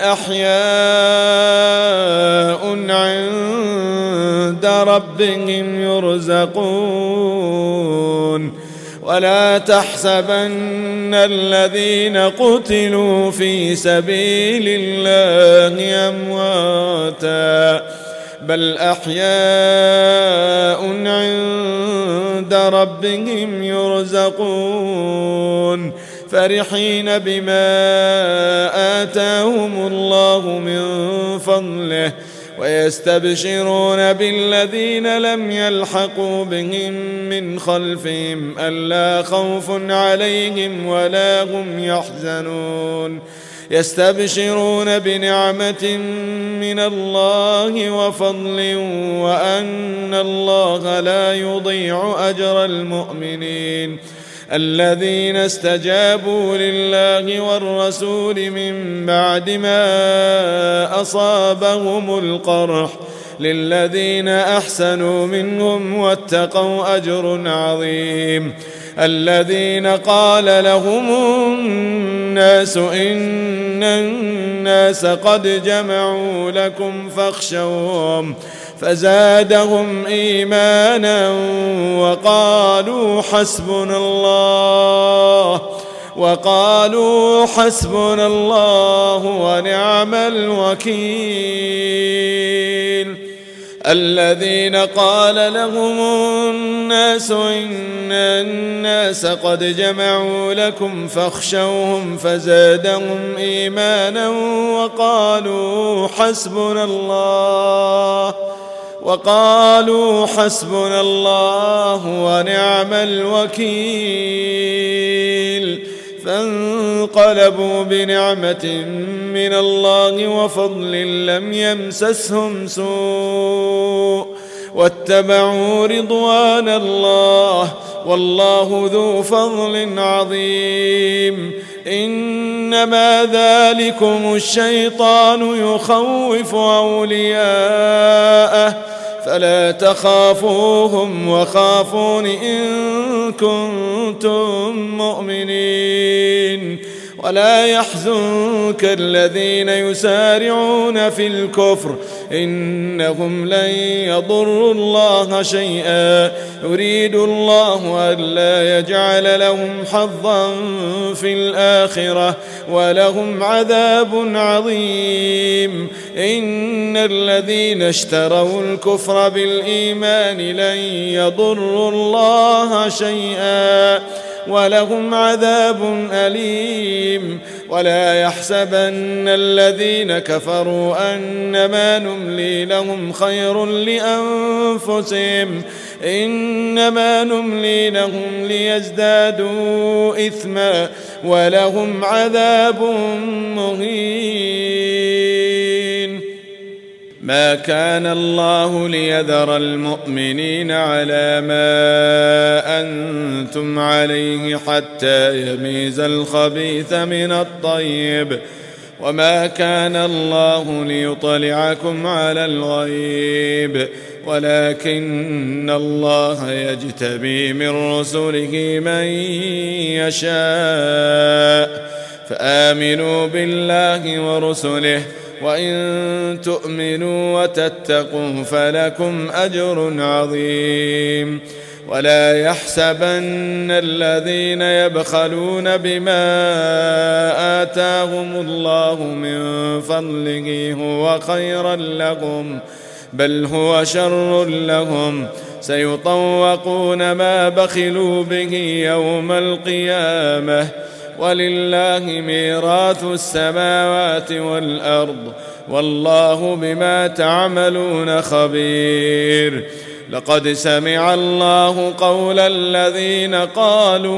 أحياء عند ربهم يرزقون. ولا تحسبن الذين قتلوا في سبيل الله أمواتا بل أحياء عند ربهم يرزقون فرحين بما آتاهم الله من فضله ويستبشرون بالذين لم يلحقوا بهم من خلفهم ألا خوف عليهم ولا هم يحزنون. يستبشرون بنعمة من الله وفضل وأن الله لا يضيع أجر المؤمنين. الذين استجابوا لله والرسول من بعد ما أصابهم القرح للذين أحسنوا منهم واتقوا أجر عظيم. الذين قال لهم الناس إن الناس قد جمعوا لكم فاخشوهم فزادهم إيمانا وقالوا حسبنا الله وقالوا حسبنا الله ونعم الوكيل. الذين قال لهم الناس إن الناس قد جمعوا لكم فاخشوهم فزادهم إيمانا وقالوا حسبنا الله وقالوا حسبنا الله ونعم الوكيل. فانقلبوا بنعمة من الله وفضل لم يمسسهم سوء واتبعوا رضوان الله والله ذو فضل عظيم. إنما ذلكم الشيطان يخوف أولياءه فلا تخافوهم وخافون إن كنتم مؤمنين ولا يحزنك الذين يسارعون في الكفر إنهم لن يضروا الله شيئا يريد الله ألا يجعل لهم حظا في الآخرة ولهم عذاب عظيم إن الذين اشتروا الكفر بالإيمان لن يضروا الله شيئا ولهم عذاب أليم ولا يحسبن الذين كفروا أنما نملي لهم خير لأنفسهم إنما نملي لهم ليزدادوا إثما ولهم عذاب مهين. ما كان الله ليذر المؤمنين على ما أنتم عليه حتى يميز الخبيث من الطيب وما كان الله ليطلعكم على الغيب ولكن الله يجتبي من رسله من يشاء فآمنوا بالله ورسله وإن تؤمنوا وتتقوا فلكم أجر عظيم. ولا يحسبن الذين يبخلون بما آتاهم الله من فضله هو خيرا لهم بل هو شر لهم سيطوقون ما بخلوا به يوم القيامة ولله ميراث السماوات والأرض والله بما تعملون خبير. لقد سمع الله قول الذين قالوا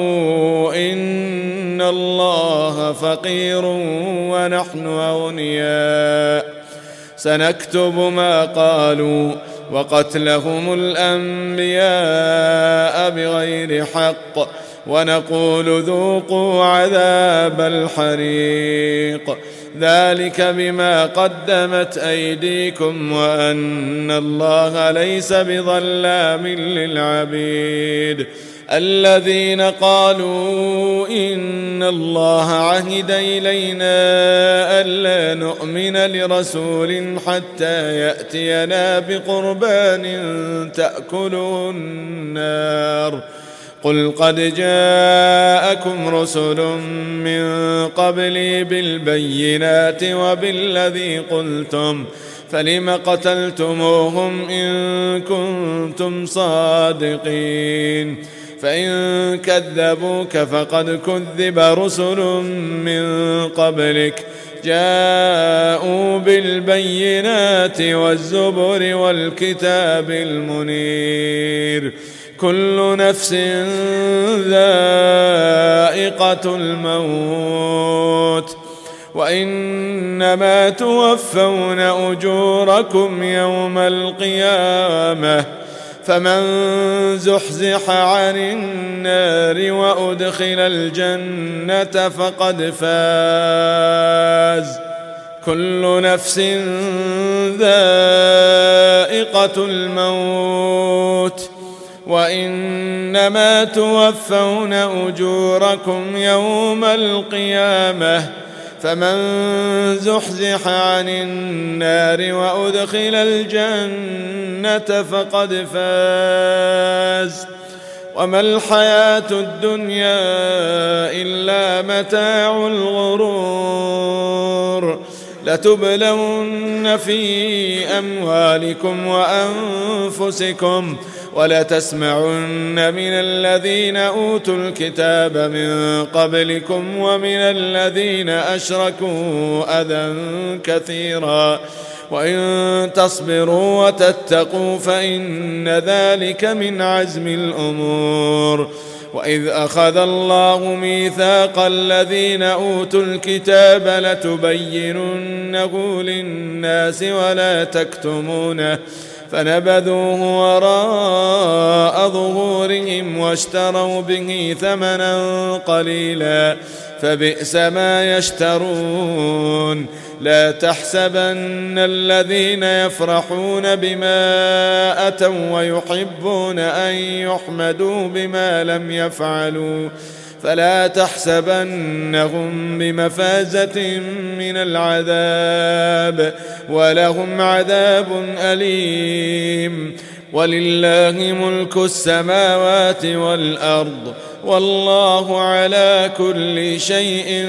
إن الله فقير ونحن أغنياء سنكتب ما قالوا وقتلهم الأنبياء بغير حق ونقول ذوقوا عذاب الحريق ذلك بما قدمت أيديكم وأن الله ليس بظلام للعبيد. الذين قالوا إن الله عهد إلينا ألا نؤمن لرسول حتى يأتينا بقربان تأكله النار قل قد جاءكم رسل من قبلي بالبينات وبالذي قلتم فلم قتلتموهم إن كنتم صادقين فإن كذبوك فقد كذب رسل من قبلك جاءوا بالبينات والزبر والكتاب المنير كل نفس ذائقة الموت وإنما توفون أجوركم يوم القيامة فمن زحزح عن النار وأدخل الجنة فقد فاز كل نفس ذائقة الموت وإنما توفون أجوركم يوم القيامة فمن زحزح عن النار وأدخل الجنة فقد فاز وما الحياة الدنيا إلا متاع الغرور لتبلون في أموالكم وأنفسكم ولتسمعن من الذين أوتوا الكتاب من قبلكم ومن الذين أشركوا أذى كثيرا وإن تصبروا وتتقوا فإن ذلك من عزم الأمور. وإذ أخذ الله ميثاق الذين أوتوا الكتاب لتبيننه للناس ولا تكتمونه فنبذوه وراء ظهورهم واشتروا به ثمنا قليلا فبئس ما يشترون. لا تحسبن الذين يفرحون بما أتوا ويحبون أن يحمدوا بما لم يفعلوا فلا تحسبنهم بمفازة من العذاب ولهم عذاب أليم. ولله ملك السماوات والأرض والله على كل شيء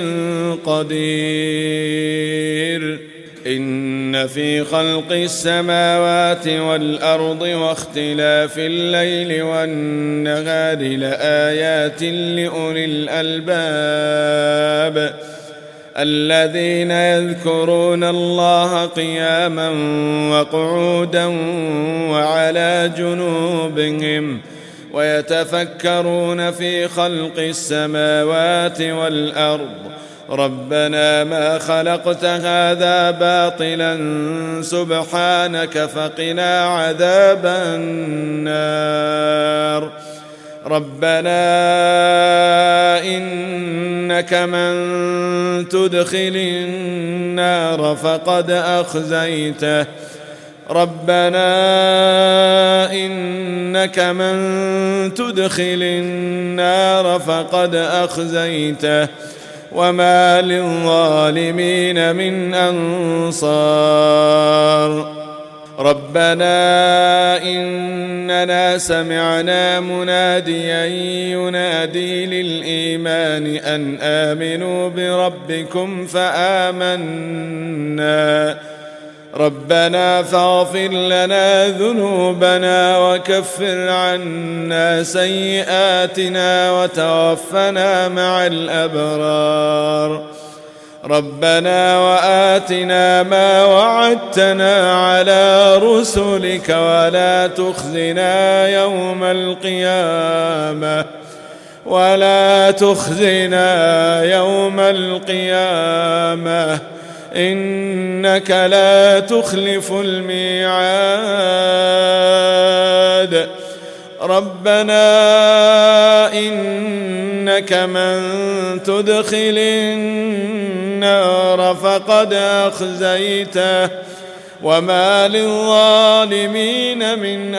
قدير. إن في خلق السماوات والأرض واختلاف الليل والنهار لآيات لأولي الألباب الذين يذكرون الله قياما وقعودا وعلى جنوبهم ويتفكرون في خلق السماوات والأرض ربنا ما خلقت هذا باطلا سبحانك فقنا عذاب النار. ربنا إنك من تدخل النار فقد أخزيته ربنا إنك من تدخل النار فقد أخزيته وما للظالمين من أنصار. ربنا إننا سمعنا مناديا ينادي للإيمان أن آمنوا بربكم فآمنا ربنا فاغفر لنا ذنوبنا وكفر عنا سيئاتنا وتوفنا مع الأبرار. ربنا وآتنا ما وعدتنا على رسلك ولا تخزنا يوم القيامة ولا تخزنا يوم القيامة إنك لا تخلف الميعاد. ربنا إنك من تدخل النار فقد أخزيته وما للظالمين من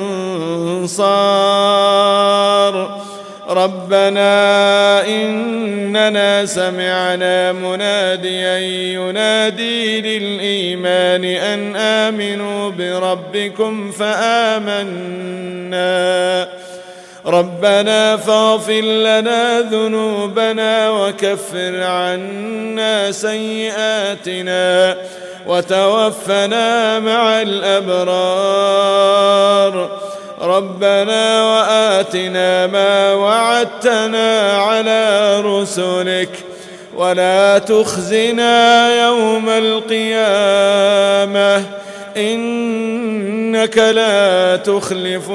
أنصار. ربنا إننا سمعنا مناديا ينادي للإيمان أن آمنوا بربكم فآمنا ربنا فاغفر لنا ذنوبنا وكفر عنا سيئاتنا وتوفنا مع الأبرار. ربنا وآتنا ما وعدتنا على رسلك ولا تخزنا يوم القيامة إنك لا تخلف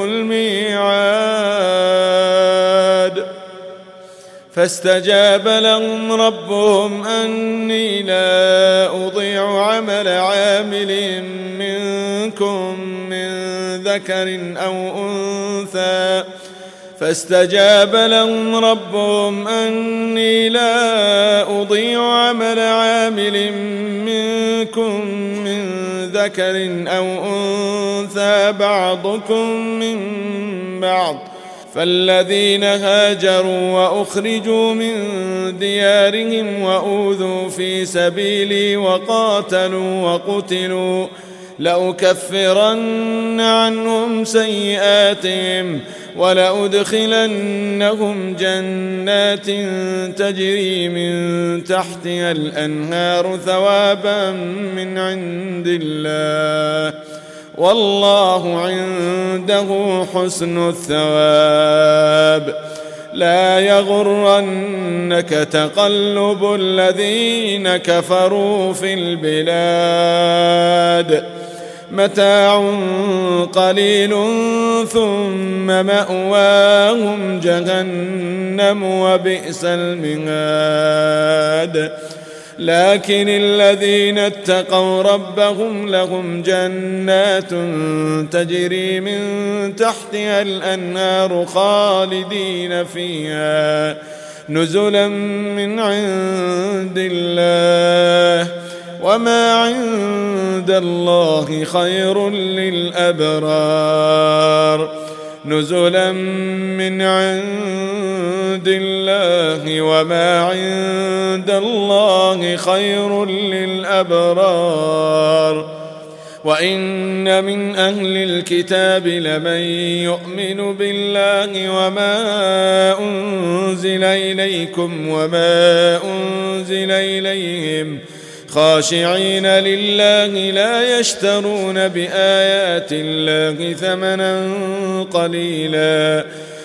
الميعاد. فاستجاب لهم ربهم أني لا أضيع عمل عامل منكم من ذكر أو أنثى فاستجاب لهم ربهم أني لا أضيع عمل عامل منكم من ذكر أو أنثى بعضكم من بعض فالذين هاجروا وأخرجوا من ديارهم وأوذوا في سبيلي وقاتلوا وقتلوا لأكفرن عنهم سيئاتهم ولأدخلنهم جنات تجري من تحتها الأنهار ثوابا من عند الله والله عنده حسن الثواب. لا يغرنك تقلب الذين كفروا في البلاد متاع قليل ثم مأواهم جهنم وبئس المهاد. لكن الذين اتقوا ربهم لهم جنات تجري من تحتها الأنهار خالدين فيها نزلا من عند الله وما عند الله خير للأبرار نزلا من عند الله وما عند الله خير للأبرار وإن من أهل الكتاب لمن يؤمن بالله وما أنزل إليكم وما أنزل إليهم خاشعين لله لا يشترون بآيات الله ثمنا قليلا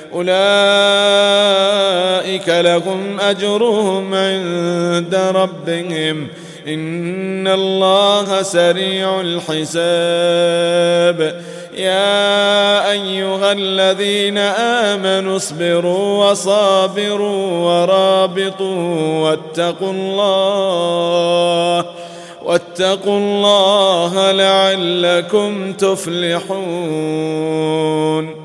أولئك لهم أجرهم عند ربهم إن الله سريع الحساب يا أيها الذين آمنوا اصبروا وصابروا ورابطوا واتقوا الله واتقوا الله لعلكم تفلحون.